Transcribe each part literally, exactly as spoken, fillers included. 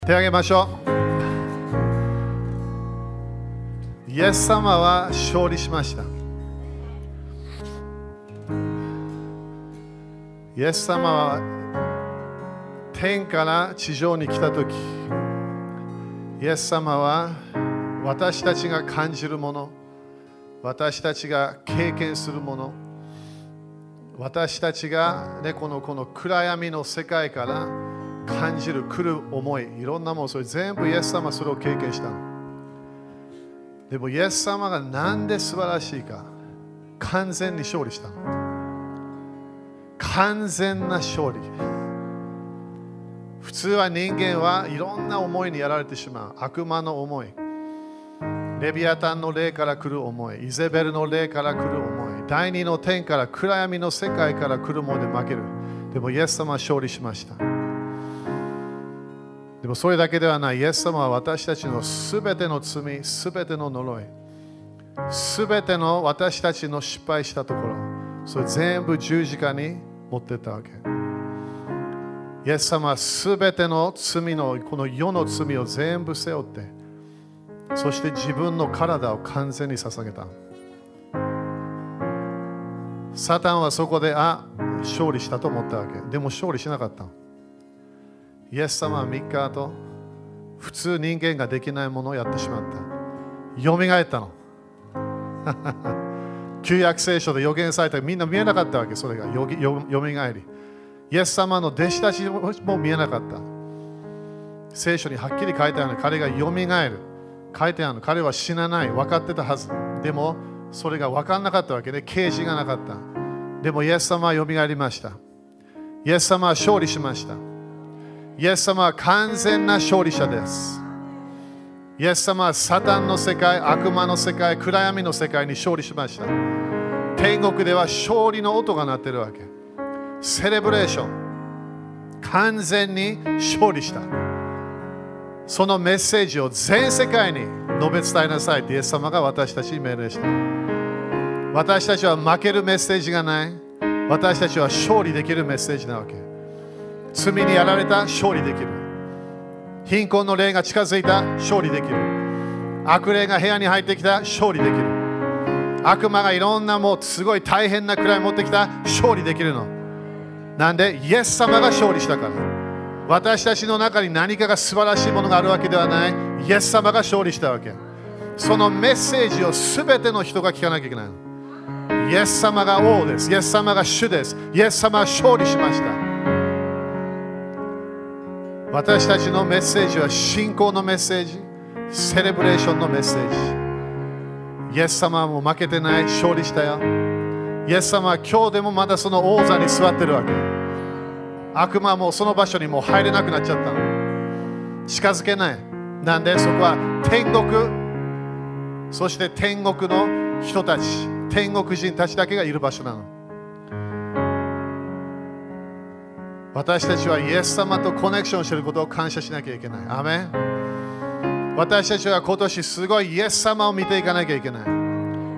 手を挙げましょう。イエス様は勝利しました。イエス様は天から地上に来たとき、イエス様は私たちが感じるもの、私たちが経験するもの、私たちが、ね、この、この暗闇の世界から感じる来る思い、いろんなもの、それ全部イエス様はそれを経験したの。でもイエス様がなんで素晴らしいか、完全に勝利したの。完全な勝利。普通は人間はいろんな思いにやられてしまう。悪魔の思い、レビアタンの霊から来る思い、イゼベルの霊から来る思い、第二の天から暗闇の世界から来るもので負ける。でもイエス様は勝利しました。でもそれだけではない。イエス様は私たちのすべての罪、すべての呪い、すべての私たちの失敗したところ、それ全部十字架に持っていったわけ。イエス様はすべての罪の、この世の罪を全部背負って、そして自分の体を完全に捧げた。サタンはそこで、あ、勝利したと思ったわけ。でも勝利しなかった。イエス様はみっかご、普通人間ができないものをやってしまった。よみがえったの。旧約聖書で予言されたみんな見えなかったわけ。それがよ, よ, よみがえり。イエス様の弟子たちも見えなかった。聖書にはっきり書いてあるの。彼がよみがえる。書いてあるの。彼は死なない。分かってたはず。でもそれが分からなかったわけで、啓示がなかった。でもイエス様はよみがえりました。イエス様は勝利しました。イエス様は完全な勝利者です。イエス様はサタンの世界、悪魔の世界、暗闇の世界に勝利しました。天国では勝利の音が鳴っているわけ。セレブレーション。完全に勝利した。そのメッセージを全世界に述べ伝えなさいってイエス様が私たちに命令した。私たちは負けるメッセージがない。私たちは勝利できるメッセージなわけ。罪にやられた、勝利できる。貧困の霊が近づいた、勝利できる。悪霊が部屋に入ってきた、勝利できる。悪魔がいろんなもうすごい大変なくらい持ってきた、勝利できるの。なんでイエス様が勝利したから。私たちの中に何かが素晴らしいものがあるわけではない。イエス様が勝利したわけ。そのメッセージをすべての人が聞かなきゃいけないの。イエス様が王です。イエス様が主です。イエス様は勝利しました。私たちのメッセージは信仰のメッセージ、セレブレーションのメッセージ。イエス様はもう負けてない、勝利したよ。イエス様は今日でもまだその王座に座ってるわけ。悪魔はもうその場所にもう入れなくなっちゃったの。近づけない。なんでそこは天国、そして天国の人たち、天国人たちだけがいる場所なの。私たちはイエス様とコネクションしていることを感謝しなきゃいけない。アメン。私たちは今年すごいイエス様を見ていかなきゃいけない。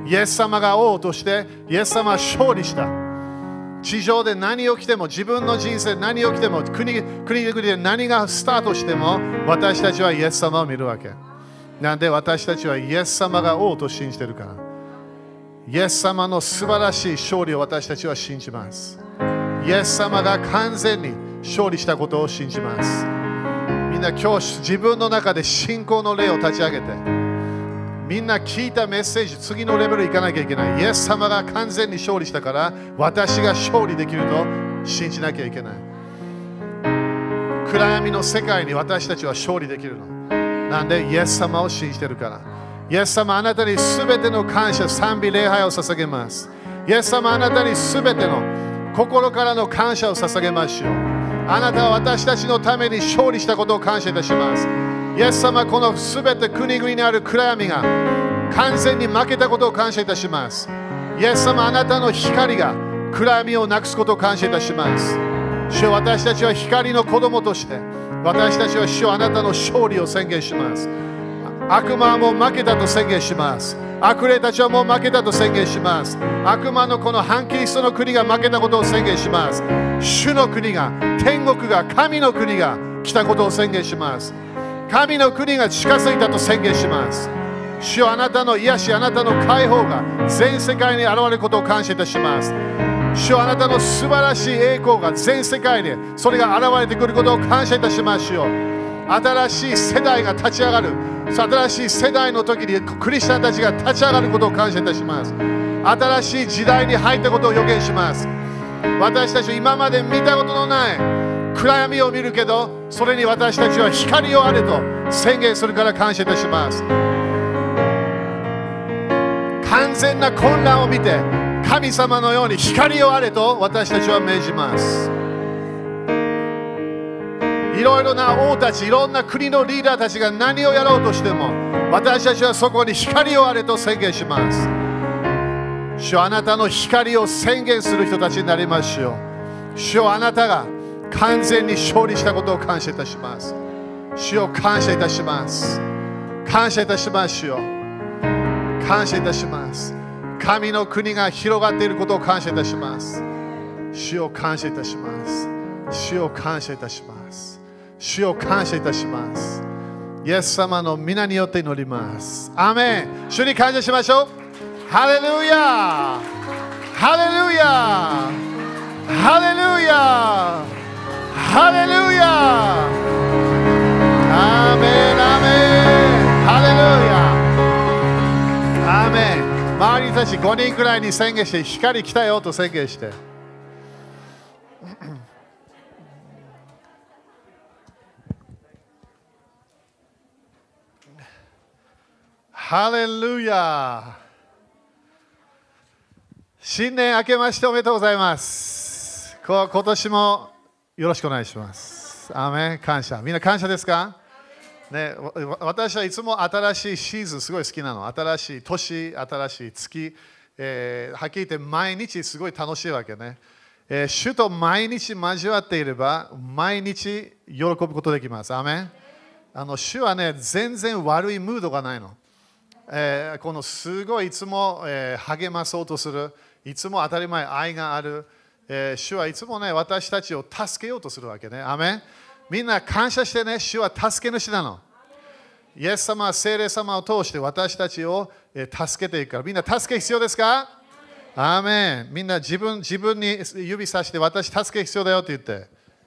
イエス様が王としてイエス様は勝利した。地上で何起きても、自分の人生何起きても、国国々で何がスタートしても、私たちはイエス様を見るわけ。なんで私たちはイエス様が王と信じているから。イエス様の素晴らしい勝利を私たちは信じます。イエス様が完全に勝利したことを信じます。みんな今日自分の中で信仰の霊を立ち上げて、みんな聞いたメッセージ、次のレベル行かなきゃいけない。イエス様が完全に勝利したから、私が勝利できると信じなきゃいけない。暗闇の世界に私たちは勝利できるの。なんでイエス様を信じてるから。イエス様あなたにすべての感謝、賛美、礼拝を捧げます。イエス様あなたにすべての心からの感謝を捧げましょう。あなたは私たちのために勝利したことを感謝いたします。イエス様、このすべて国々にある暗闇が完全に負けたことを感謝いたします。イエス様、あなたの光が暗闇をなくすことを感謝いたします。主よ、私たちは光の子供として、私たちは主よ、あなたの勝利を宣言します。悪魔はもう負けたと宣言します。悪霊たちはもう負けたと宣言します。悪魔のこの反キリストの国が負けたことを宣言します。主の国が、天国が、神の国が来たことを宣言します。 神の国が近づいたと宣言します。主よ、あなたの癒し、あなたの解放が全世界に現れることを感謝いたします。主よ、あなたの素晴らしい栄光が全世界でそれが現れてくることを感謝いたしますよ。新しい世代が立ち上がる、新しい世代の時にクリスチャンたちが立ち上がることを感謝いたします。新しい時代に入ったことを予言します。私たちは今まで見たことのない暗闇を見るけど、それに私たちは光をあれと宣言するから感謝いたします。完全な混乱を見て、神様のように光をあれと私たちは命じます。いろいろな王たち、いろんな国のリーダーたちが何をやろうとしても、私たちはそこに光をあれと宣言します。主よ、あなたの光を宣言する人たちになりますよ。主よ、あなたが完全に勝利したことを感謝いたします。主よ、感謝いたします。感謝いたします。主よ、感謝いたします。神の国が広がっていることを感謝いたします。主よ、感謝いたします。主よ、感謝いたします。主よ、感謝いたします。イエス様の皆によって祈ります。アーメン。主に感謝しましょう。ハレルヤハレルヤハレルヤハレルヤアーメンアーメンハレルヤアーメン。周りたちごにんくらいに宣言して、光来たよと宣言して。ハレルヤ。新年明けましておめでとうございます。今年もよろしくお願いします。アーメン。感謝。みんな感謝ですか？ね、私はいつも新しいシーズンすごい好きなの。新しい年、新しい月、えー、はっきり言って毎日すごい楽しいわけね。えー、主と毎日交わっていれば毎日喜ぶことできます。アーメン。あの主はね、全然悪いムードがないの。えー、このすごいいつも、えー、励まそうとする、いつも当たり前愛がある、えー、主はいつもね、私たちを助けようとするわけね。アメン。みんな感謝してね、主は助け主なの。イエス様は聖霊様を通して私たちを、えー、助けていくから。みんな助け必要ですか？アーメン。みんな自分、自分に指さして私助け必要だよって言って。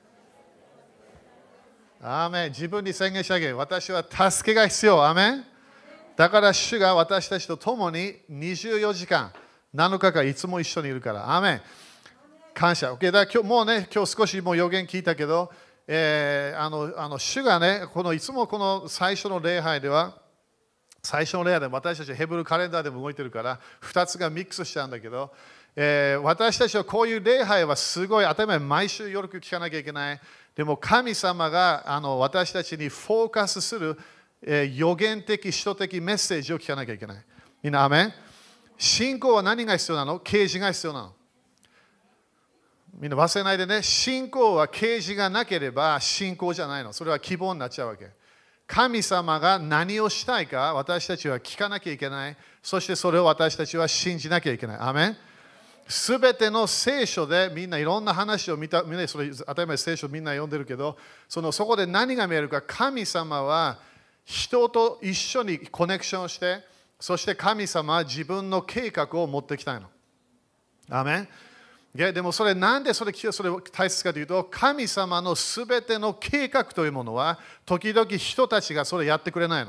アーメン。自分に宣言してあげる。私は助けが必要。アーメン。だから主が私たちと共ににじゅうよじかん、なのかかいつも一緒にいるから。アーメン。感謝。Okay、だ今日もうね、今日少しもう予言聞いたけど、えー、あのあの主がね、このいつもこの最初の礼拝では、最初の礼拝で私たちヘブルカレンダーでも動いてるから、ふたつがミックスしちゃうんだけど、えー、私たちはこういう礼拝はすごい当たり前、毎週よく聞かなきゃいけない。でも神様があの私たちにフォーカスするえー、予言的、使徒的メッセージを聞かなきゃいけない。みんな、アメン。信仰は何が必要なの？啓示が必要なの。みんな忘れないでね、信仰は啓示がなければ信仰じゃないの。それは希望になっちゃうわけ。神様が何をしたいか私たちは聞かなきゃいけない。そしてそれを私たちは信じなきゃいけない。アメン。すべての聖書でみんないろんな話を見た、みんなそれ当たり前聖書みんな読んでるけど、そのそこで何が見えるか、神様は人と一緒にコネクションして、そして神様は自分の計画を持ってきたいの。アーメン。でもそれなんでそれそれ大切かというと、神様のすべての計画というものは、時々人たちがそれやってくれないの。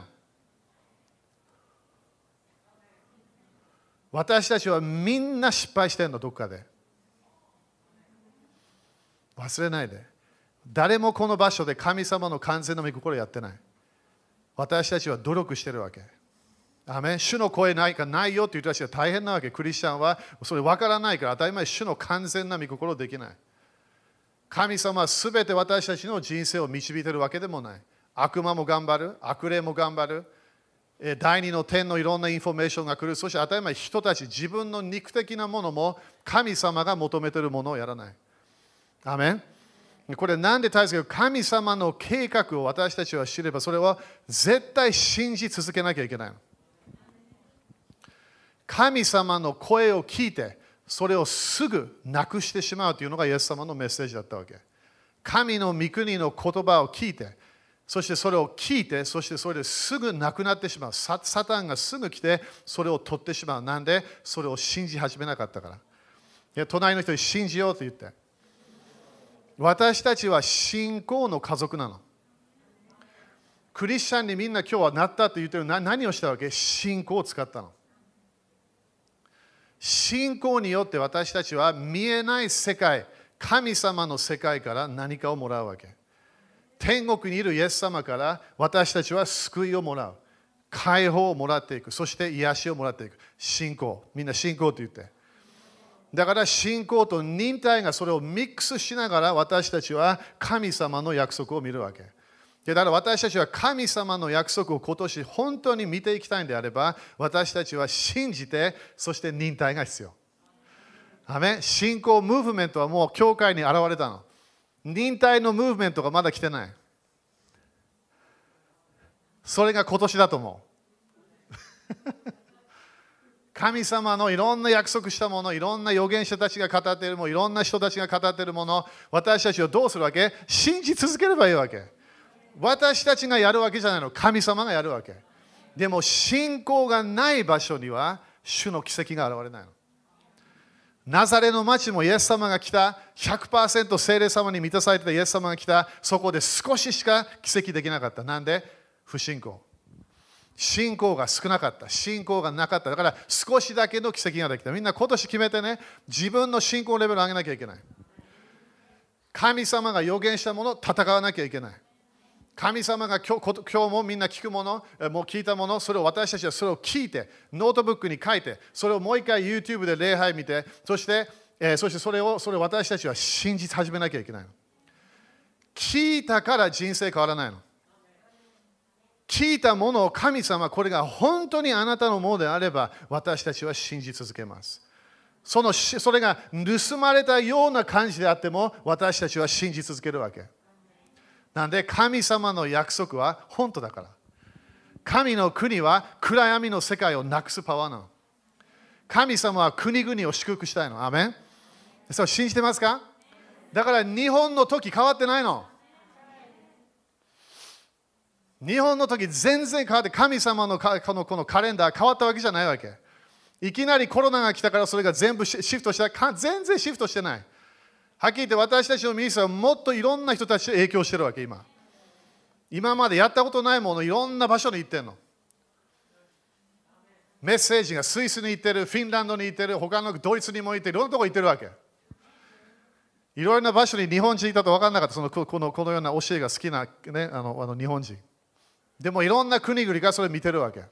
私たちはみんな失敗してるの、どっかで。忘れないで。誰もこの場所で神様の完全な御心をやってない。私たちは努力してるわけ。アメン。主の声ないかないよって言う人たちは大変なわけ。クリスチャンはそれ分からないから当たり前、主の完全な御心できない。神様はすべて私たちの人生を導いているわけでもない。悪魔も頑張る、悪霊も頑張る、第二の天のいろんなインフォメーションが来る。そして当たり前、人たち、自分の肉的なものも神様が求めているものをやらない。アメン。これなんで大切か、神様の計画を私たちは知れば、それは絶対信じ続けなきゃいけないの。神様の声を聞いて、それをすぐなくしてしまうというのがイエス様のメッセージだったわけ。神の御国の言葉を聞いて、 そしてそれを聞いて、そしてそれですぐなくなってしまう。サ, サタンがすぐ来て、それを取ってしまう。なんでそれを信じ始めなかったから。いや隣の人に信じようと言って。私たちは信仰の家族なの。クリスチャンにみんな今日はなったと言ってるな何をしたわけ？信仰を使ったの。信仰によって私たちは見えない世界、神様の世界から何かをもらうわけ。天国にいるイエス様から私たちは救いをもらう。解放をもらっていく。そして癒しをもらっていく。信仰。みんな信仰と言って。だから信仰と忍耐がそれをミックスしながら私たちは神様の約束を見るわけ。だから私たちは神様の約束を今年本当に見ていきたいんであれば、私たちは信じて、そして忍耐が必要。アメン。信仰ムーブメントはもう教会に現れたの。忍耐のムーブメントがまだ来てない。それが今年だと思う。神様のいろんな約束したもの、いろんな預言者たちが語っているもの、いろんな人たちが語っているもの、私たちはどうするわけ？信じ続ければいいわけ。私たちがやるわけじゃないの。神様がやるわけ。でも信仰がない場所には主の奇跡が現れないの。ナザレの町もイエス様が来た、ひゃくパーセント 聖霊様に満たされてたイエス様が来た、そこで少ししか奇跡できなかった。なんで？不信仰。信仰が少なかった。信仰がなかった。だから少しだけの奇跡ができた。みんな今年決めてね、自分の信仰レベルを上げなきゃいけない。神様が予言したものを戦わなきゃいけない。神様が今日、今日もみんな聞くもの、もう聞いたもの、それを私たちはそれを聞いて、ノートブックに書いて、それをもう一回 YouTube で礼拝見て、そして、えー、そしてそれをそれを私たちは信じ始めなきゃいけないの。聞いたから人生変わらないの。聞いたものを神様、これが本当にあなたのものであれば、私たちは信じ続けます。そのそれが盗まれたような感じであっても、私たちは信じ続けるわけ。なんで神様の約束は本当だから。神の国は暗闇の世界をなくすパワーなの。神様は国々を祝福したいの。アメン。それ信じてますか？だから日本の時変わってないの。日本の時全然変わって、神様のこの、このカレンダー変わったわけじゃないわけ。いきなりコロナが来たからそれが全部シフトした。全然シフトしてない。はっきり言って私たちのミニストリーはもっといろんな人たちに影響してるわけ、今。今までやったことないもの、いろんな場所に行ってるの。メッセージがスイスに行ってる、フィンランドに行ってる、他のドイツにも行ってる、いろんなところに行ってるわけ。いろいろな場所に日本人いたと分からなかった、そのこのこのような教えが好きな、ね、あのあの日本人。でもいろんな国々がそれを見てるわけ。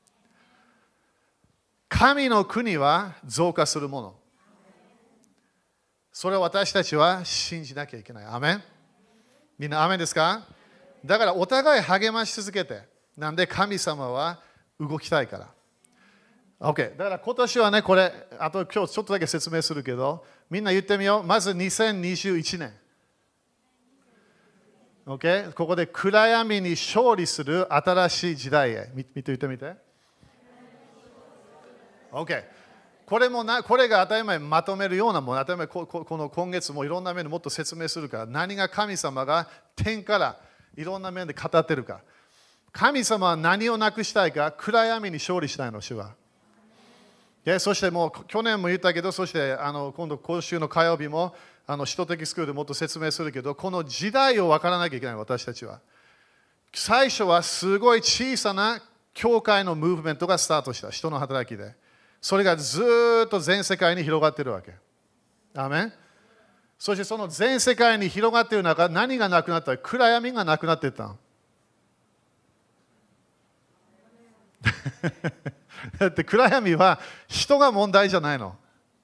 神の国は増加するもの。それを私たちは信じなきゃいけない。アメン。みんなアメンですか？だからお互い励まし続けて。なんで神様は動きたいから。OK。だから今年はね、これ、あと今日ちょっとだけ説明するけど、みんな言ってみよう。まずにせんにじゅういちねん。OK。ここで暗闇に勝利する新しい時代へ。見て言ってみて。OK。これもな、これが当たり前まとめるようなもの、当たり前こ、こ、この今月もいろんな面でもっと説明するから、何が神様が天からいろんな面で語ってるか。神様は何をなくしたいか、暗闇に勝利したいの、主は。でそしてもう去年も言ったけど、そしてあの今度、今週の火曜日も、あの使徒的スクールでもっと説明するけど、この時代を分からなきゃいけない、私たちは。最初はすごい小さな教会のムーブメントがスタートした、人の働きで。それがずっと全世界に広がっているわけ。アーメン。そしてその全世界に広がっている中、何がなくなったか、暗闇がなくなっていった。だって暗闇は人が問題じゃないの。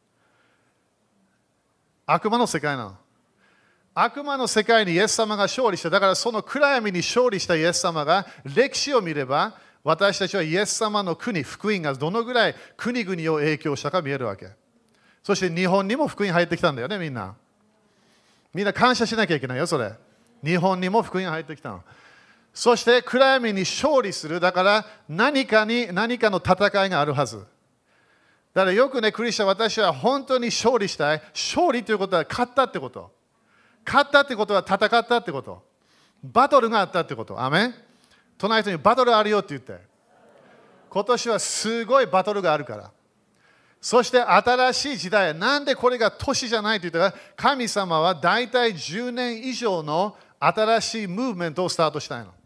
悪魔の世界なの。悪魔の世界にイエス様が勝利した。だからその暗闇に勝利したイエス様が歴史を見れば、私たちはイエス様の国、福音がどのぐらい国々を影響したか見えるわけ。そして日本にも福音入ってきたんだよね、みんな。みんな感謝しなきゃいけないよ、それ。日本にも福音入ってきたの。そして暗闇に勝利する。だから何かに何かの戦いがあるはず。だからよくね、クリスチャン、私は本当に勝利したい。勝利ということは勝ったってこと。勝ったってことは戦ったってこと。 バトルがあったってこと。アメン。隣の人にバトルあるよって言って。今年はすごいバトルがあるから。そして新しい時代、なんでこれが年じゃないと言ったら、神様は大体じゅうねん以上の新しいムーブメントをスタートしたいの。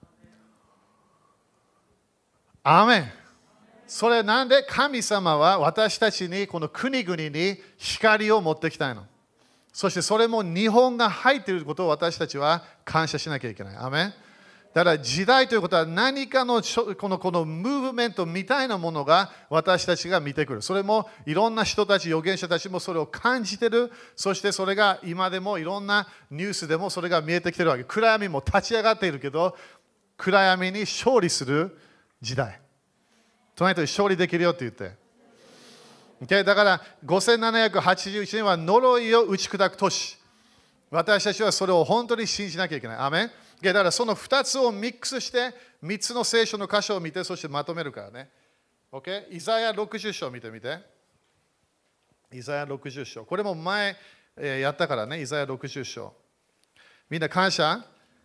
アーメン。それなんで神様は私たちにこの国々に光を持ってきたいの。そしてそれも日本が入っていることを私たちは感謝しなきゃいけない。アーメン。だから時代ということは何かのこのこのムーブメントみたいなものが私たちが見てくる。それもいろんな人たち、預言者たちもそれを感じてる。そしてそれが今でもいろんなニュースでもそれが見えてきてるわけ。暗闇も立ち上がっているけど、暗闇に勝利する時代。隣と勝利できるよって言って。Okay? だからごせんななひゃくはちじゅういちねんは呪いを打ち砕く年。私たちはそれを本当に信じなきゃいけない。アメン。だからそのふたつをミックスしてみっつの聖書の箇所を見て、そしてまとめるからね。Okay? イザヤろくじゅう章を見てみて。イザヤろくじゅう章。これも前、えー、やったからね、イザヤろくじゅう章。みんな感謝？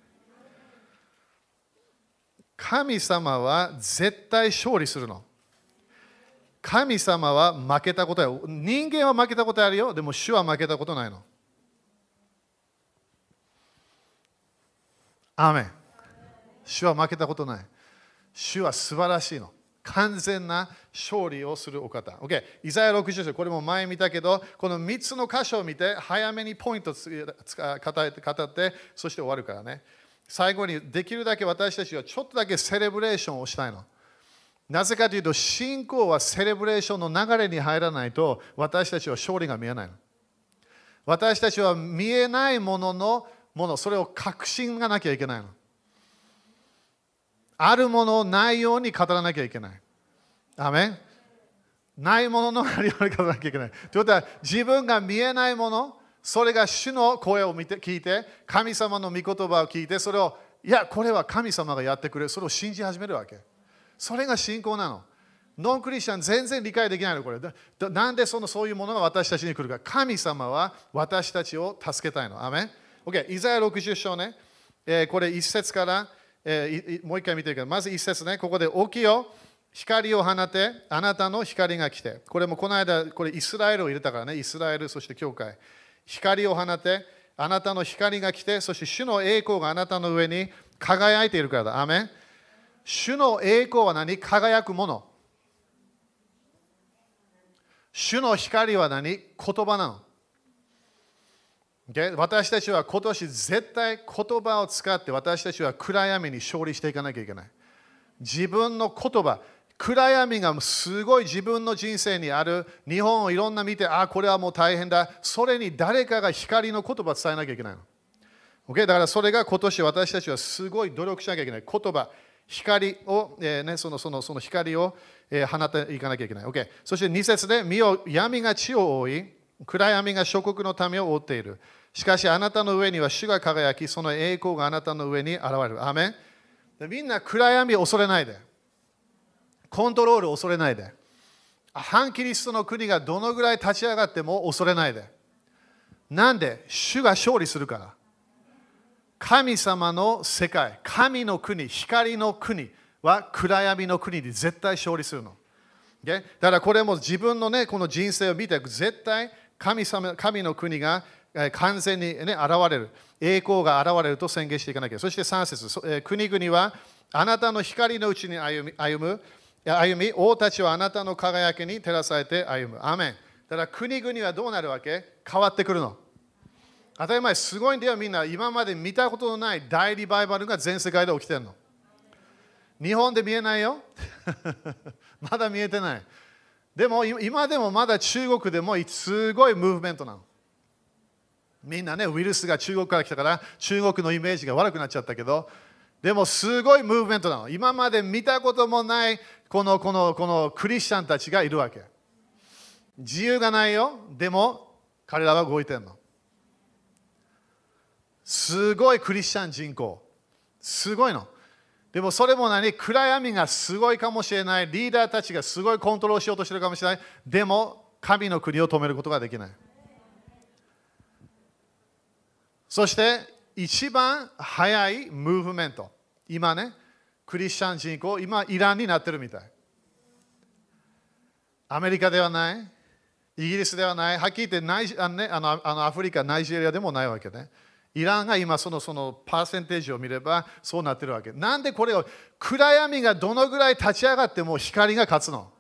神様は絶対勝利するの。神様は負けたことや。人間は負けたことあるよ。でも主は負けたことないの。アーメン。主は負けたことない。主は素晴らしいの。完全な勝利をするお方。OK。イザヤろくじゅう章、これも前見たけど、このみっつの箇所を見て、早めにポイントを語って、そして終わるからね。最後にできるだけ私たちはちょっとだけセレブレーションをしたいの。なぜかというと、信仰はセレブレーションの流れに入らないと、私たちは勝利が見えないの。私たちは見えないもののもの、それを確信がなきゃいけないの。あるものをないように語らなきゃいけない。アメン。ないもののあるように語らなきゃいけない。ということは、自分が見えないもの、それが主の声を見て聞いて、神様の御言葉を聞いて、それを、いや、これは神様がやってくれる。それを信じ始めるわけ。それが信仰なの。ノンクリスチャン全然理解できないの、これ。だなんでそのそういうものが私たちに来るか。神様は私たちを助けたいの。アメン。OK。イザヤろくじゅう章ね。えー、これ一節から、えー、もう一回見てるけど、まず一節ね。ここで起きよ。光を放て、あなたの光が来て。これもこの間、これイスラエルを入れたからね。イスラエル、そして教会。光を放て、あなたの光が来て、そして主の栄光があなたの上に輝いているからだ。アメン。主の栄光は何？輝くもの。主の光は何？言葉なの。Okay? 私たちは今年絶対言葉を使って私たちは暗闇に勝利していかなきゃいけない。自分の言葉、暗闇がすごい自分の人生にある、日本をいろんな見て、ああ、これはもう大変だ。それに誰かが光の言葉を伝えなきゃいけないの。Okay? だからそれが今年私たちはすごい努力しなきゃいけない。言葉、光を、えーね、そのそのその光を、えー、放っていかなきゃいけない。Okay? そしてに節で、見よ、闇が地を覆い、暗闇が諸国の民を覆っている。しかしあなたの上には主が輝き、その栄光があなたの上に現れる。アーメン。みんな暗闇を恐れないで。コントロールを恐れないで。反キリストの国がどのぐらい立ち上がっても恐れないで。なんで主が勝利するから。神様の世界、神の国、光の国は暗闇の国に絶対勝利するの。Okay? だからこれも自分の、ね、この人生を見て、絶対神様、神の国が完全に、ね、現れる。栄光が現れると宣言していかなきゃ。そしてさん節、国々はあなたの光のうちに歩み、歩む。歩み、王たちはあなたの輝きに照らされて歩む。アーメン。だから国々はどうなるわけ？変わってくるの。当たり前、すごいんだよ、みんな。今まで見たことのない大リバイバルが全世界で起きてるの。日本で見えないよ。まだ見えてない。でも今でもまだ中国でもすごいムーブメントなの。みんなね、ウイルスが中国から来たから中国のイメージが悪くなっちゃったけど、でもすごいムーブメントなの。今まで見たこともないこのこのこのクリスチャンたちがいるわけ。自由がないよ。でも彼らは動いてるの。すごいクリスチャン人口。すごいの。でもそれも何？暗闇がすごいかもしれない。リーダーたちがすごいコントロールしようとしてるかもしれない。でも神の国を止めることができない。そして一番早いムーブメント。今ね、クリスチャン人口、今イランになってるみたい。アメリカではない、イギリスではない、はっきり言ってナイあの、ね、あのあのアフリカ、ナイジェリアでもないわけね。イランが今そのそのパーセンテージを見ればそうなってるわけ。なんでこれを暗闇がどのぐらい立ち上がっても光が勝つの？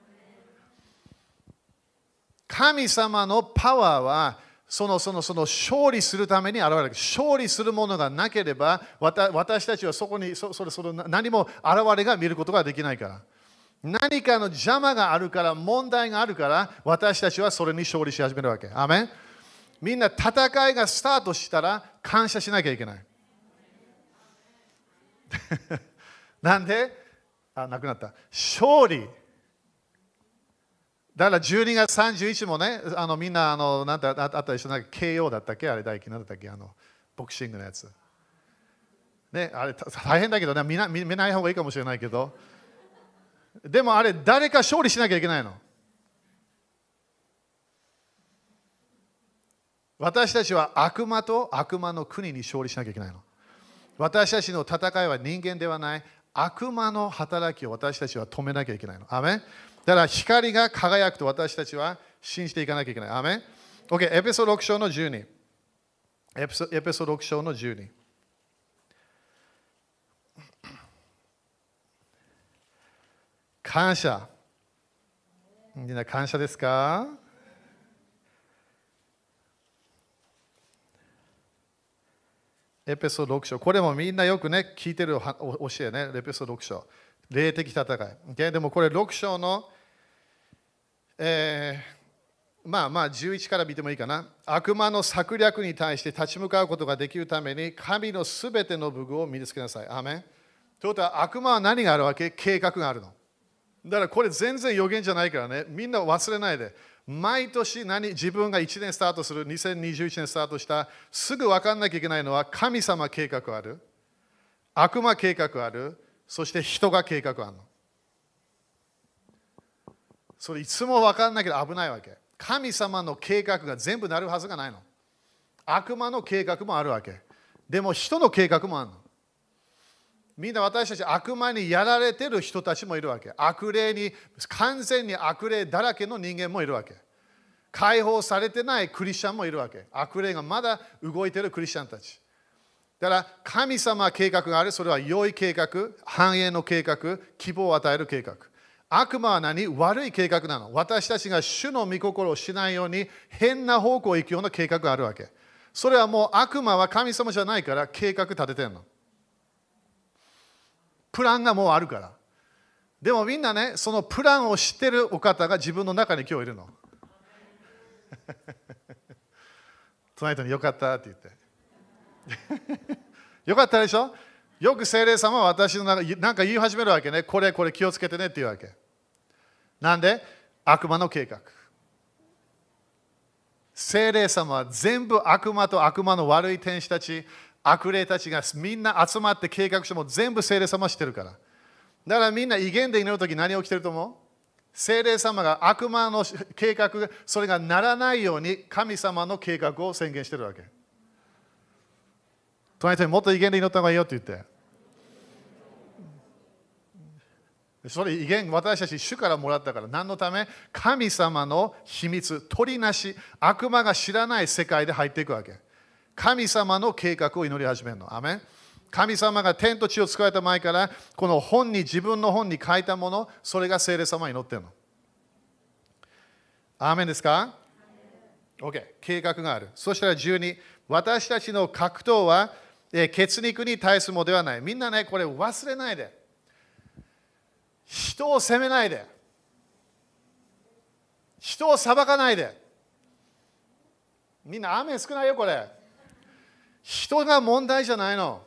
神様のパワーはそのそのその勝利するために現れる。勝利するものがなければ私たちはそこにそそれそれ何も現れが見ることができないから。何かの邪魔があるから、問題があるから私たちはそれに勝利し始めるわけ。アメン。みんな戦いがスタートしたら感謝しなきゃいけない。なんであ、なくなった。勝利。だからじゅうにがつさんじゅういちにちもね、あのみんなあのなんてあったでしょ、なんか ケーオー だったっけ、あれ大輝なんだったっけ、あのボクシングのやつ。ね、あれ大変だけどね、見な見ない方がいいかもしれないけど、でもあれ誰か勝利しなきゃいけないの。私たちは悪魔と悪魔の国に勝利しなきゃいけないの。私たちの戦いは人間ではない、悪魔の働きを私たちは止めなきゃいけないの。アメン。だから光が輝くと私たちは信じていかなきゃいけない。アメン。OK、エペソろく章のじゅうに。エペソ、エペソろく章のじゅうに。感謝。みんな感謝ですか？エペソろく章。これもみんなよくね、聞いてる教えね。エペソろく章。霊的戦い。Okay? でもこれろく章の、えー、まあまあじゅういちから見てもいいかな。悪魔の策略に対して立ち向かうことができるために、神のすべての武具を身につけなさい。アーメン。ということは悪魔は何があるわけ？計画があるの。だからこれ全然予言じゃないからね。みんな忘れないで。毎年何自分がいちねんスタートする、にせんにじゅういちねんスタートした、すぐ分かんなきゃいけないのは神様計画ある、悪魔計画ある、そして人が計画あるの。それいつも分かんないけど危ないわけ。神様の計画が全部なるはずがないの。悪魔の計画もあるわけ。でも人の計画もあるの。みんな私たち悪魔にやられてる人たちもいるわけ。悪霊に、完全に悪霊だらけの人間もいるわけ。解放されてないクリスチャンもいるわけ。悪霊がまだ動いているクリスチャンたち。だから神様は計画がある。それは良い計画、繁栄の計画、希望を与える計画。悪魔は何？悪い計画なの。私たちが主の御心をしないように変な方向へ行くような計画があるわけ。それはもう悪魔は神様じゃないから計画立ててるの。プランがもうあるから。でもみんなね、そのプランを知ってるお方が自分の中に今日いるの。隣人によかったって言って。よかったでしょ？よく聖霊様は私の中なんか言い始めるわけね。これこれ気をつけてねって言うわけ。なんで悪魔の計画。聖霊様は全部悪魔と悪魔の悪い天使たち、悪霊たちがみんな集まって計画しても全部聖霊様は知ってるから。だからみんな威厳で祈るとき何起きてると思う？聖霊様が悪魔の計画、それがならないように神様の計画を宣言してるわけ。隣人にもっと威厳で祈った方がいいよって言って。それ威厳、私たち主からもらったから。何のため？神様の秘密、取りなし、悪魔が知らない世界で入っていくわけ。神様の計画を祈り始めるの。アメン。神様が天と地を作られた前から、この本に、自分の本に書いたもの、それが聖霊様に祈ってるの。アーメンですか？ OK。計画がある。そしたらじゅうに、私たちの格闘は、えー、血肉に対するものではない。みんなね、これ忘れないで。人を責めないで。人を裁かないで。みんな雨少ないよ、これ。人が問題じゃないの。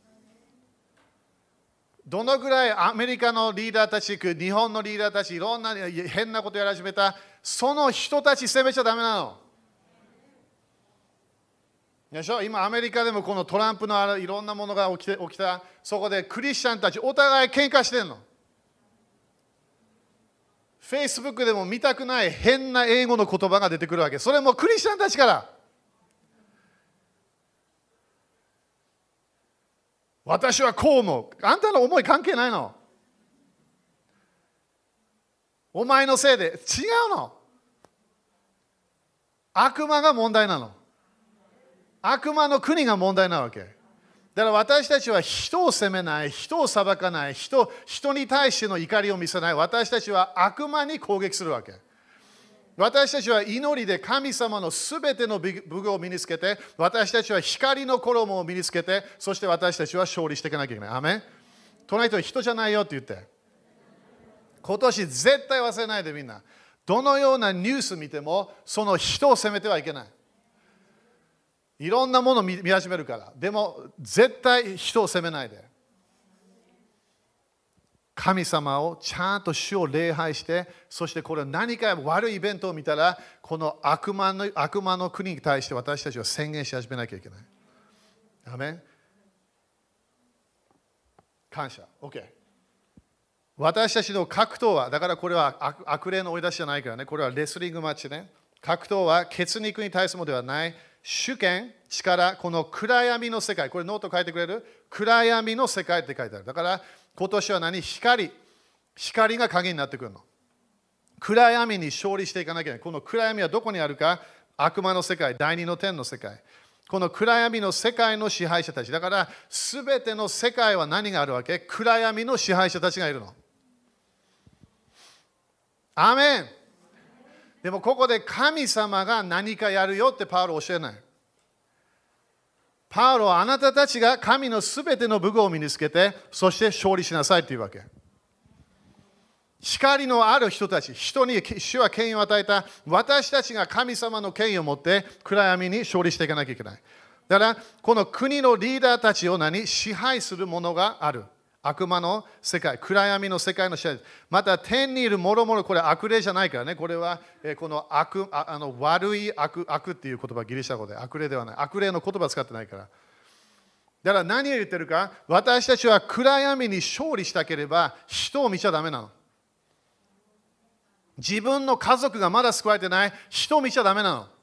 どのぐらいアメリカのリーダーたち、日本のリーダーたち、いろんな変なことやり始めた、その人たち責めちゃダメなの。でしょ？今、アメリカでもこのトランプのあるいろんなものが起きて起きた、そこでクリスチャンたち、お互い喧嘩してるの。Facebook でも見たくない変な英語の言葉が出てくるわけ。それもクリスチャンたちから。 私はこう思う。あんたの思い関係ないの。お前のせいで。違うの。悪魔が問題なの。悪魔の国が問題なわけ。だから私たちは人を責めない、人を裁かない、人、人に対しての怒りを見せない。私たちは悪魔に攻撃するわけ。私たちは祈りで神様のすべての武具を身につけて、私たちは光の衣を身につけて、そして私たちは勝利していかなきゃいけない。アメン。隣人は人じゃないよって言って。今年絶対忘れないでみんな。どのようなニュース見ても、その人を責めてはいけない。いろんなものを 見, 見始めるから。でも、絶対人を責めないで。神様をちゃんと主を礼拝して、そしてこれ何か悪いイベントを見たら、この悪魔の、悪魔の国に対して私たちは宣言し始めなきゃいけない。アメン。感謝。OK。私たちの格闘は、だからこれは 悪, 悪霊の追い出しじゃないからね、これはレスリングマッチね。格闘は血肉に対するものではない。主権、力、この暗闇の世界、これノート書いてくれる？暗闇の世界って書いてある。だから今年は何？光。光が鍵になってくるの。暗闇に勝利していかなきゃいけない。この暗闇はどこにあるか？悪魔の世界、第二の天の世界。この暗闇の世界の支配者たち。だからすべての世界は何があるわけ？暗闇の支配者たちがいるの。アーメン。でもここで神様が何かやるよってパウロ教えない。パウロはあなたたちが神のすべての武具を身につけて、そして勝利しなさいというわけ。光のある人たち、人に主は権威を与えた私たちが神様の権威を持って暗闇に勝利していかなきゃいけない。だからこの国のリーダーたちを何支配するものがある。悪魔の世界、暗闇の世界の支配。また天にいるもろもろ、これ悪霊じゃないからね。これはえこの悪ああの悪い悪悪っていう言葉、ギリシャ語で悪霊ではない。悪霊の言葉使ってないから。だから何を言ってるか、私たちは暗闇に勝利したければ人を見ちゃダメなの。自分の家族がまだ救われてない人を見ちゃダメなの。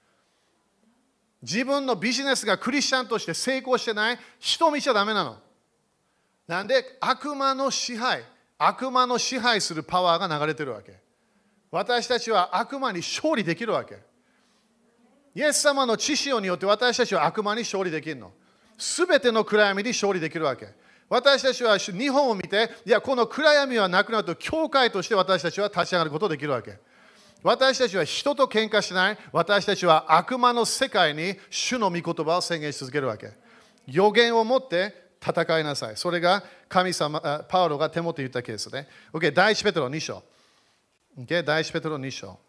自分のビジネスがクリスチャンとして成功してない人を見ちゃダメなの。なんで悪魔の支配、悪魔の支配するパワーが流れてるわけ。私たちは悪魔に勝利できるわけ。イエス様の知識によって私たちは悪魔に勝利できるの。すべての暗闇に勝利できるわけ。私たちは日本を見て、いや、この暗闇はなくなると、教会として私たちは立ち上がることができるわけ。私たちは人と喧嘩しない。私たちは悪魔の世界に主の御言葉を宣言し続けるわけ。予言を持って戦いなさい。それが神様、パウロが手元に言ったケースね。OK、第一ペテロに章。OK、第一ペテロに章。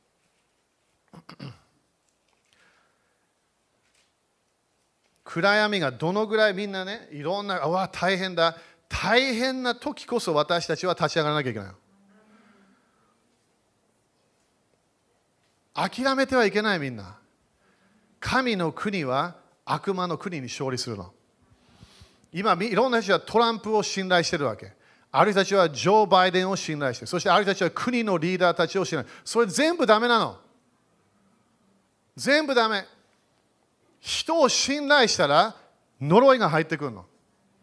暗闇がどのぐらいみんなね、いろんな、うわ、大変だ。大変な時こそ私たちは立ち上がらなきゃいけない。諦めてはいけないみんな。神の国は悪魔の国に勝利するの。今、いろんな人はトランプを信頼しているわけ。ある人たちはジョー・バイデンを信頼している。そしてある人たちは国のリーダーたちを信頼している。それ全部ダメなの。全部ダメ。人を信頼したら呪いが入ってくるの。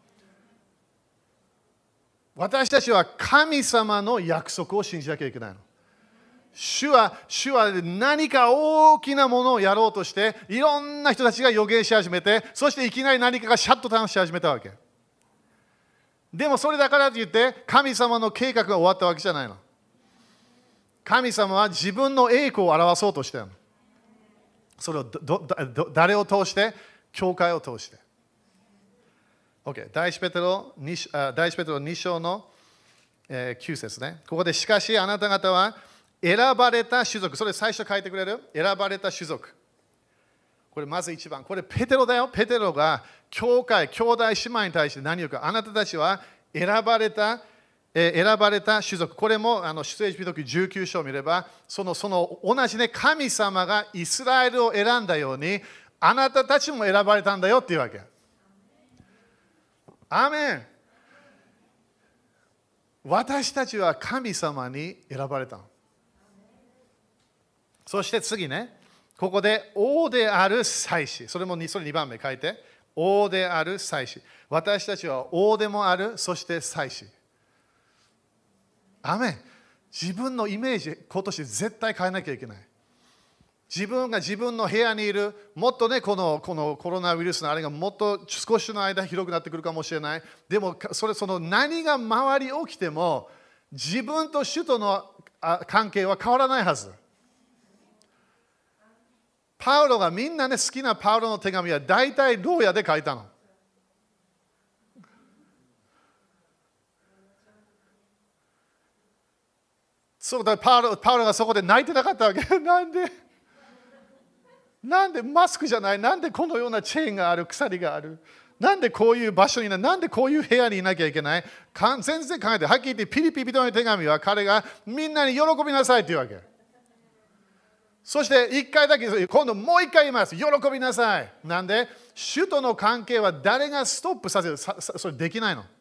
私たちは神様の約束を信じなきゃいけないの。主は、主は何か大きなものをやろうとして、いろんな人たちが予言し始めて、そしていきなり何かがシャットダウンし始めたわけ。でもそれだからといって、神様の計画が終わったわけじゃないの。神様は自分の栄光を表そうとしているの。それをどどど誰を通して？教会を通して。OK、第一ペテロに章の、えー、きゅう節ね。ここで、しかしあなた方は選ばれた種族。それ最初書いてくれる？選ばれた種族。これまず一番。これペテロだよ。ペテロが教会、兄弟姉妹に対して何を言うか。あなたたちは選ばれた選ばれた種族、これもあの出エジプト記じゅうきゅう章を見れば、そのその同じね、神様がイスラエルを選んだように、あなたたちも選ばれたんだよっていうわけ。アーメン。私たちは神様に選ばれたの。そして次ね、ここで王である祭司、それもそれにばんめ書いて、 王である祭司。私たちは王でもある、そして祭司。アメン。自分のイメージ、今年絶対変えなきゃいけない。自分が自分の部屋にいる、もっとね、この、このコロナウイルスのあれがもっと少しの間広くなってくるかもしれない。でも、それその何が周り起きても、自分と主との関係は変わらないはず。パウロがみんなね、好きなパウロの手紙は大体牢屋で書いたの。そうだ、パウロ、パウロがそこで泣いてなかったわけ。なんでなんでマスクじゃない、なんでこのようなチェーンがある、鎖がある、なんでこういう場所にいない、なんでこういう部屋にいなきゃいけない、かん全然考えて、はっきり言ってピリピリ人の手紙は彼がみんなに喜びなさいって言うわけ。そして一回だけ、今度もう一回言います。喜びなさい。なんで、主との関係は誰がストップさせる、それできないの。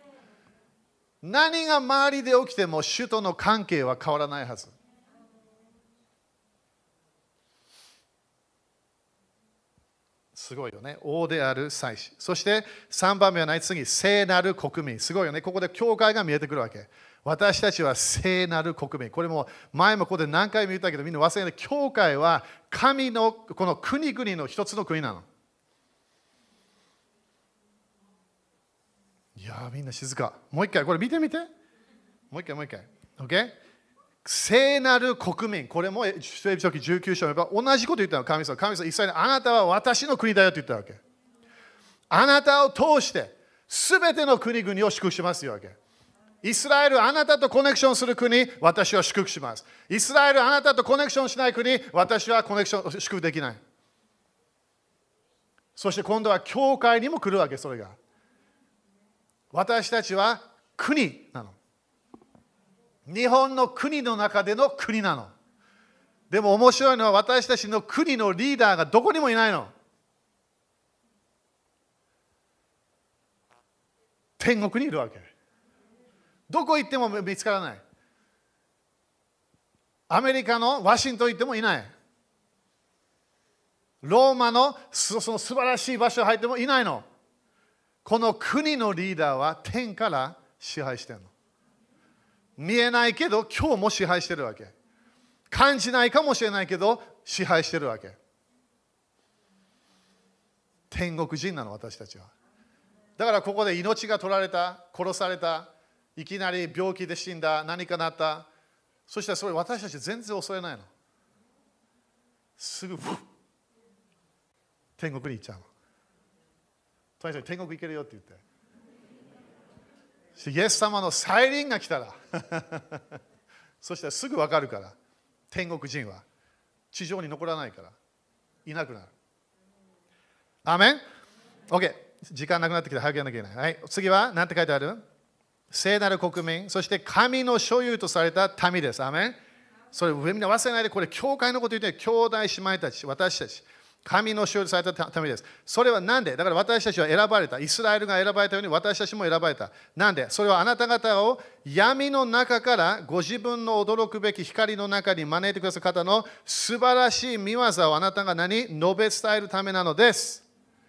何が周りで起きても主との関係は変わらないはず。すごいよね。王である祭司。そしてさんばんめはない、次、聖なる国民。すごいよね。ここで教会が見えてくるわけ。私たちは聖なる国民。これも前もここで何回も言ったけど、みんな忘れない。教会は神のこの国々の一つの国なの。いやー、みんな静か。もう一回、これ見てみて。もう一回、もう一回。OK？ 聖なる国民。これも出エピ書記じゅうきゅう章は同じこと言ったの、神様。神様、一切あなたは私の国だよって言ったわけ。あなたを通して、すべての国々を祝福しますよわけ。イスラエル、あなたとコネクションする国、私は祝福します。イスラエル、あなたとコネクションしない国、私はコネクション、祝福できない。そして今度は教会にも来るわけ、それが。私たちは国なの。日本の国の中での国なの。でも面白いのは私たちの国のリーダーがどこにもいないの。天国にいるわけ。どこ行っても見つからない。アメリカのワシントン行ってもいない。ローマのその素晴らしい場所に入ってもいないの。この国のリーダーは天から支配してるの。見えないけど今日も支配してるわけ。感じないかもしれないけど支配してるわけ。天国人なの、私たちは。だからここで命が取られた、殺された、いきなり病気で死んだ、何かなった。そしたらそれ私たち全然恐れないの。すぐ天国に行っちゃうの。とにかく天国行けるよって言って。イエス様の再臨が来たらそしたらすぐ分かるから、天国人は地上に残らないからいなくなる。アーメン。 OK、 時間なくなってきた。早くやらなきゃいけない。はい、次は何て書いてある？聖なる国民、そして神の所有とされた民です。アーメン。それみんな忘れないで、これ教会のこと言って、兄弟姉妹たち、私たち神の所有されたためです。それは何で？だから私たちは選ばれた。イスラエルが選ばれたように私たちも選ばれた。なんで？それはあなた方を闇の中からご自分の驚くべき光の中に招いてくださる方の素晴らしい見業をあなたが何？述べ伝えるためなのです。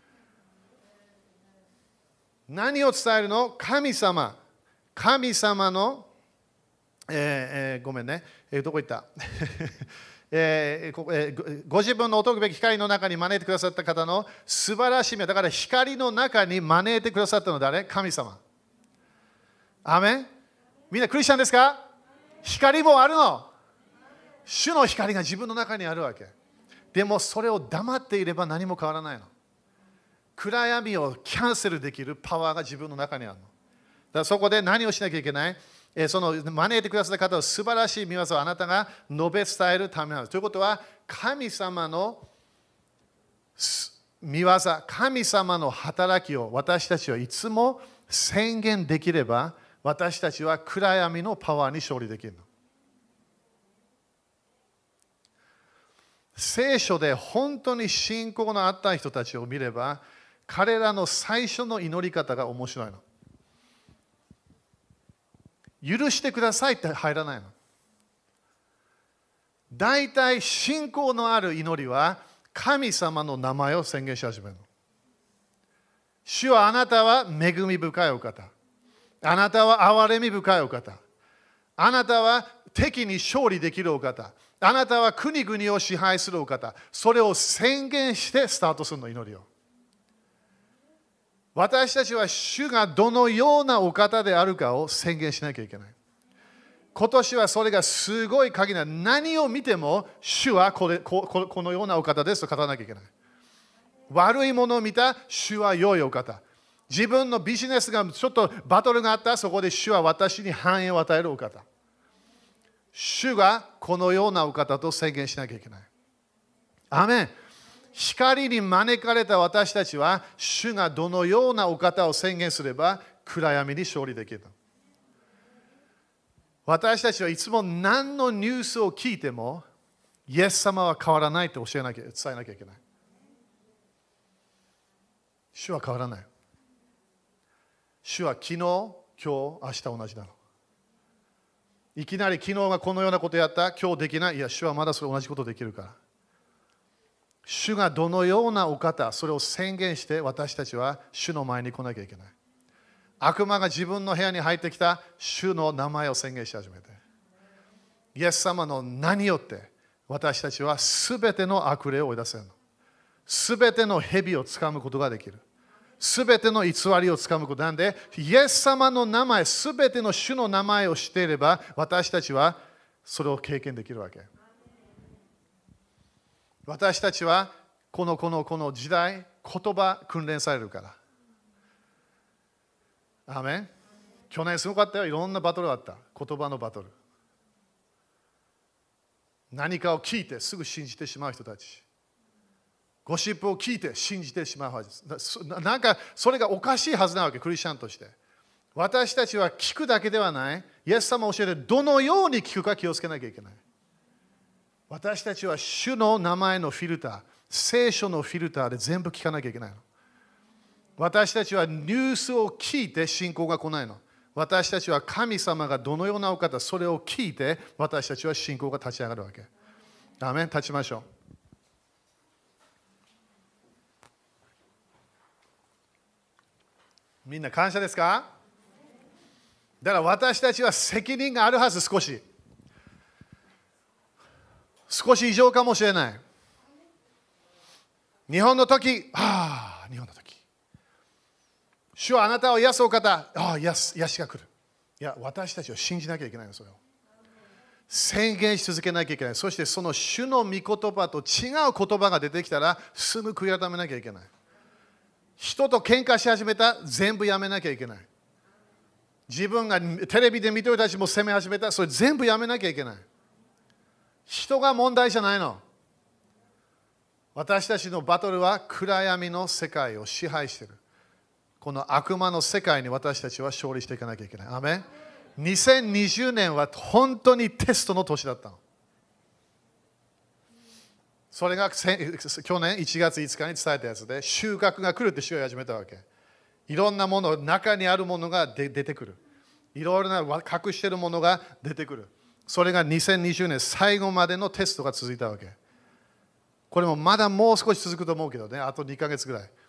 何を伝えるの？神様。神様の、えーえー、ごめんね、えー、どこ行ったえーえー、ご自分の驚くべき光の中に招いてくださった方の素晴らしい目だから、光の中に招いてくださったのは誰？神様。アーメン。みんなクリスチャンですか？光もあるの。主の光が自分の中にあるわけ。でもそれを黙っていれば何も変わらないの。暗闇をキャンセルできるパワーが自分の中にあるの。だからそこで何をしなきゃいけない？その招いてくださった方の素晴らしい御業をあなたが述べ伝えるためなんです。ということは、神様の御業、神様の働きを私たちはいつも宣言できれば、私たちは暗闇のパワーに勝利できるの。聖書で本当に信仰のあった人たちを見れば、彼らの最初の祈り方が面白いの。許してくださいって入らないの。大体信仰のある祈りは神様の名前を宣言し始めるの。 主はあなたは恵み深いお方。あなたは憐れみ深いお方。あなたは敵に勝利できるお方。あなたは国々を支配するお方。それを宣言してスタートするの、祈りを。私たちは主がどのようなお方であるかを宣言しなきゃいけない。今年はそれがすごい鍵な。何を見ても主はこれ こ, こ, このようなお方ですと語らなきゃいけない。悪いものを見た主は良いお方。自分のビジネスがちょっとバトルがあった、そこで主は私に繁栄を与えるお方。主がこのようなお方と宣言しなきゃいけない。アメン。光に招かれた私たちは、主がどのようなお方を宣言すれば暗闇に勝利できる。私たちはいつも何のニュースを聞いても、イエス様は変わらないって教えなきゃ、伝えなきゃいけない。主は変わらない。主は昨日、今日、明日同じなの。いきなり昨日がこのようなことやった、今日できない。いや、主はまだそれ同じことできるから。主がどのようなお方、それを宣言して私たちは主の前に来なきゃいけない。悪魔が自分の部屋に入ってきた主の名前を宣言し始めて、イエス様の名によって私たちはすべての悪霊を追い出せるの。すべての蛇をつかむことができる。すべての偽りをつかむことなんで、イエス様の名前、すべての主の名前を知っていれば、私たちはそれを経験できるわけ。私たちはこのこのこの時代、言葉訓練されるから。アーメン。去年すごかったよ。いろんなバトルがあった。言葉のバトル。何かを聞いてすぐ信じてしまう人たち。ゴシップを聞いて信じてしまうはずです。なんかそれがおかしいはずなわけ、クリスチャンとして。私たちは聞くだけではない。イエス様を教えてどのように聞くか気をつけなきゃいけない。私たちは主の名前のフィルター、聖書のフィルターで全部聞かなきゃいけないの。私たちはニュースを聞いて信仰が来ないの。私たちは神様がどのようなお方、それを聞いて私たちは信仰が立ち上がるわけ。アーメン。立ちましょう。みんな感謝ですか？だから私たちは責任があるはず、少し。少し異常かもしれない。日本の時、ああ、日本の時。主はあなたを癒すお方、ああ、癒しが来る。いや、私たちは信じなきゃいけないの、それを。宣言し続けなきゃいけない。そしてその主の御言葉と違う言葉が出てきたら、すぐ悔い改めなきゃいけない。人と喧嘩し始めた、全部やめなきゃいけない。自分がテレビで見てる人たちも責め始めた、それ全部やめなきゃいけない。人が問題じゃないの。私たちのバトルは暗闇の世界を支配している。この悪魔の世界に私たちは勝利していかなきゃいけない。アメン。にせんにじゅうねんは本当にテストの年だったの。それが去年いちがついつかに伝えたやつで、収穫が来るって主が始めたわけ。いろんなもの、中にあるものが出てくる。いろいろな隠しているものが出てくる。それがにせんにじゅうねん最後までのテストが続いたわけ。これもまだもう少し続くと思うけどね、あとにかげつぐらい。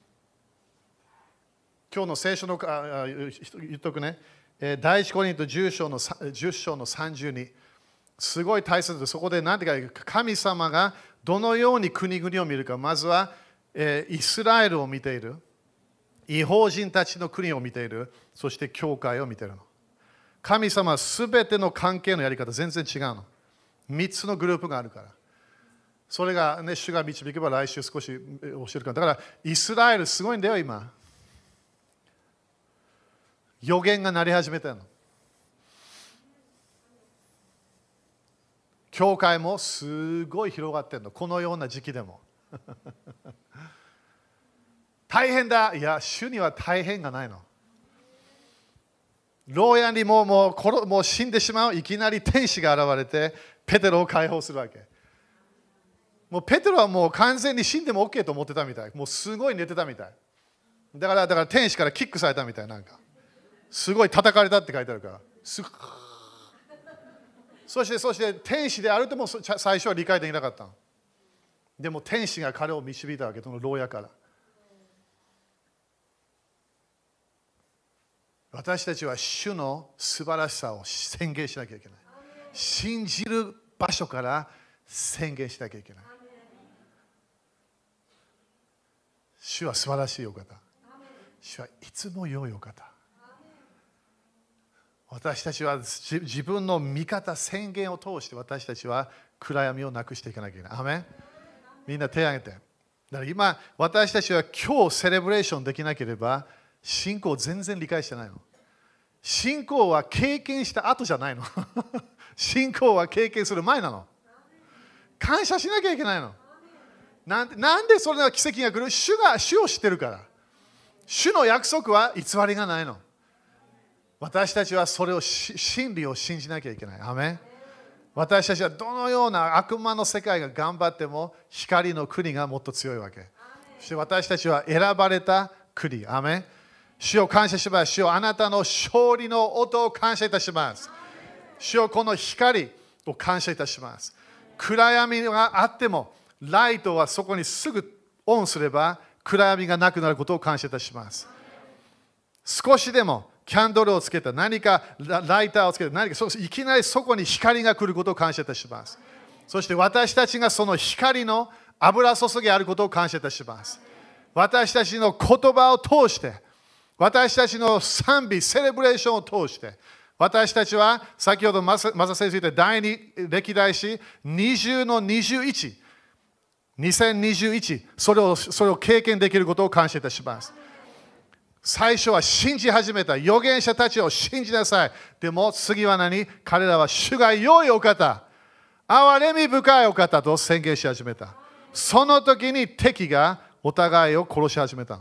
今日の聖書のあ言っとくね、第一コリントじゅう章のじゅっ章のさんじゅうに、すごい大切で、そこで何て言うか、神様がどのように国々を見るか、まずは、えー、イスラエルを見ている、異邦人たちの国を見ている、そして教会を見ているの。神様はすべての関係のやり方全然違うの。みっつのグループがあるから。それが、ね、主が導けば来週少し教えるから。だから、イスラエルすごいんだよ、今。予言が鳴り始めてるの。教会もすごい広がってるの。このような時期でも。大変だ。いや、主には大変がないの。牢屋にもうもう殺もう死んでしまう。いきなり天使が現れて、ペテロを解放するわけ。もうペテロはもう完全に死んでも OK と思ってたみたい。もうすごい寝てたみたい。だから、だから天使からキックされたみたい。なんかすごい叩かれたって書いてあるから。すそして、そして天使であるとも最初は理解できなかったの。でも天使が彼を導いたわけ、その牢屋から。 私たちは主の素晴らしさを宣言しなきゃいけない。信じる場所から宣言しなきゃいけない。主は素晴らしいお方。主はいつも良いお方。私たちは自分の見方、宣言を通して私たちは暗闇をなくしていかなきゃいけない。アメン。みんな手を挙げて。だから今、私たちは今日セレブレーションできなければ、信仰を全然理解してないの。信仰は経験した後じゃないの。信仰は経験する前なの。感謝しなきゃいけないの。なんで、なんでそれが奇跡が来る？主が、主を知ってるから。主の約束は偽りがないの。私たちはそれを、真理を信じなきゃいけない。アメン。私たちはどのような悪魔の世界が頑張っても光の国がもっと強いわけ。そして私たちは選ばれた国。アメン。主を感謝します。主をあなたの勝利の音を感謝いたします。主をこの光を感謝いたします。暗闇があっても、ライトはそこにすぐオンすれば、暗闇がなくなることを感謝いたします。少しでもキャンドルをつけた、何かライターをつけた、何かいきなりそこに光が来ることを感謝いたします。そして私たちがその光の油注ぎあることを感謝いたします。私たちの言葉を通して、私たちの賛美、セレブレーションを通して、私たちは先ほどマサ先生言った第二歴代史にじゅうのにじゅういち、にせんにじゅういち、それを、それを経験できることを感謝いたします。最初は信じ始めた。預言者たちを信じなさい。でも次は何？彼らは主が良いお方、憐れみ深いお方と宣言し始めた。その時に敵がお互いを殺し始めた。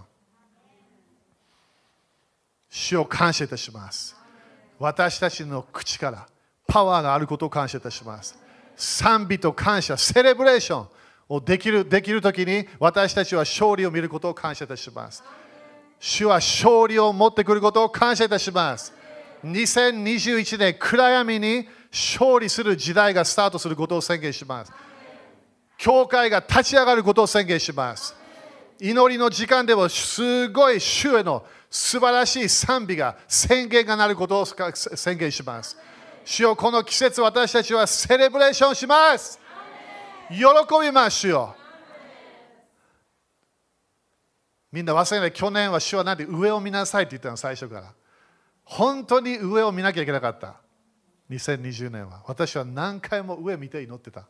主を感謝いたします。私たちの口からパワーがあることを感謝いたします。賛美と感謝、セレブレーションをできる、できるときに私たちは勝利を見ることを感謝いたします。主は勝利を持ってくることを感謝いたします。にせんにじゅういちねん、暗闇に勝利する時代がスタートすることを宣言します。教会が立ち上がることを宣言します。祈りの時間でもすごい主への素晴らしい賛美が宣言がなることを宣言します。主よ、この季節私たちはセレブレーションします。喜びます、主よ。みんな忘れない。去年は主は何で上を見なさいって言ったの、最初から。本当に上を見なきゃいけなかった。にせんにじゅうねんは。私は何回も上見て祈ってた。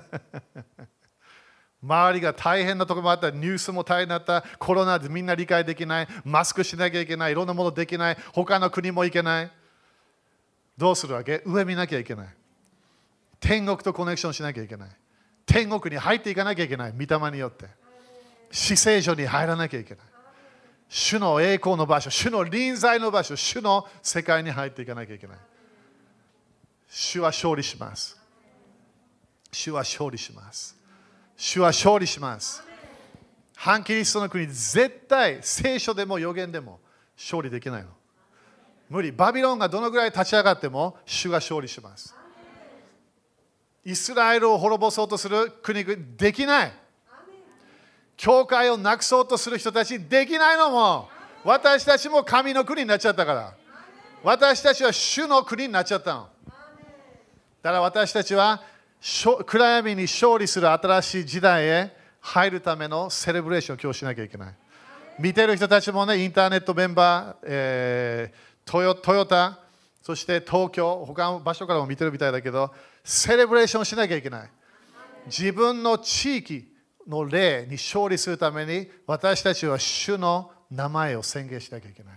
周りが大変なところもあった、ニュースも大変だった、コロナでみんな理解できない、マスクしなきゃいけない、いろんなものできない、他の国も行けない。どうするわけ？上見なきゃいけない。天国とコネクションしなきゃいけない。天国に入っていかなきゃいけない、御霊によって。至聖所に入らなきゃいけない。主の栄光の場所、主の臨在の場所、主の世界に入っていかなきゃいけない。主は勝利します。主は勝利します。主は勝利します。反キリストの国、絶対聖書でも預言でも勝利できないの。無理。バビロンがどのぐらい立ち上がっても主が勝利します。イスラエルを滅ぼそうとする国々できない。教会をなくそうとする人たちできないのも。私たちも神の国になっちゃったから。私たちは主の国になっちゃったの。だから私たちは暗闇に勝利する新しい時代へ入るためのセレブレーションを今日しなきゃいけない。見てる人たちもね、インターネットメンバー、えー、トヨ、トヨタ、そして東京、他の場所からも見てるみたいだけど、セレブレーションしなきゃいけない。自分の地域の霊に勝利するために、私たちは主の名前を宣言しなきゃいけない。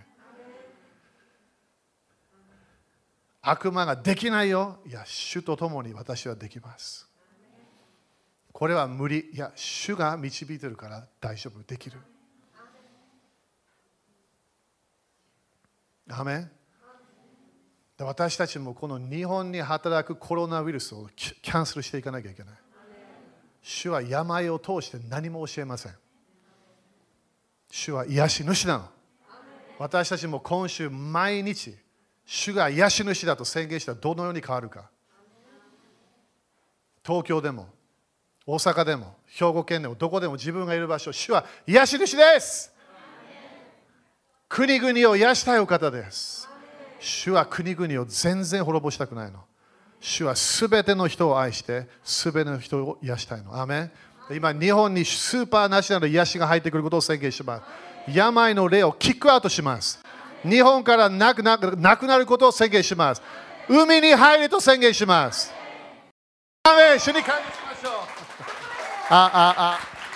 悪魔ができないよ。いや、主と共に私はできます。これは無理。いや、主が導いてるから大丈夫、できる。アメン。私たちもこの日本に働くコロナウイルスをキャンセルしていかなきゃいけない。主は病を通して何も教えません。主は癒し主なの。私たちも今週毎日、主が癒し主だと宣言したらどのように変わるか。東京でも、大阪でも、兵庫県でも、どこでも自分がいる場所、主は癒し主です。国々を癒したいお方です。 主は国々を全然滅ぼしたくないの。主はすべての人を愛して、すべての人を癒したいの。アーメン。今、日本にスーパーナショナル癒しが入ってくることを宣言します。病の霊をキックアウトします。日本からなくななくなることを宣言します。海に入れと宣言します。アーメン。主に感謝しましょう。あ、あ、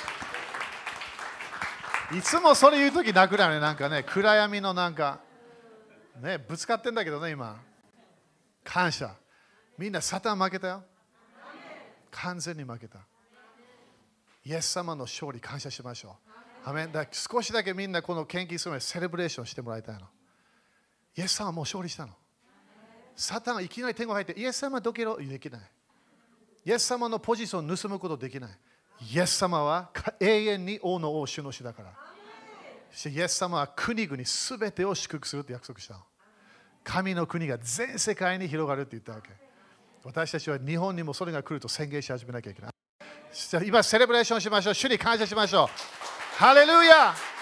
あ。いつもそれ言うときなくなるね。なんかね、暗闇のなんか、ね、ぶつかってんだけどね、今。感謝。みんなサタン負けたよ。完全に負けた。イエス様の勝利感謝しましょう。アメン。だ少しだけみんなこの献金するのにセレブレーションしてもらいたいの。イエス様はもう勝利したの。サタンはいきなり天国入って、イエス様どけろできない。イエス様のポジションを盗むことできない。イエス様は永遠に王の王、主の主だから。イエス様は国々すべてを祝福するって約束したの。神の国が全世界に広がるって言ったわけ。私たちは日本にもそれが来ると宣言し始めなきゃいけない。今、セレブレーションしましょう。主に感謝しましょう。ハレルヤ。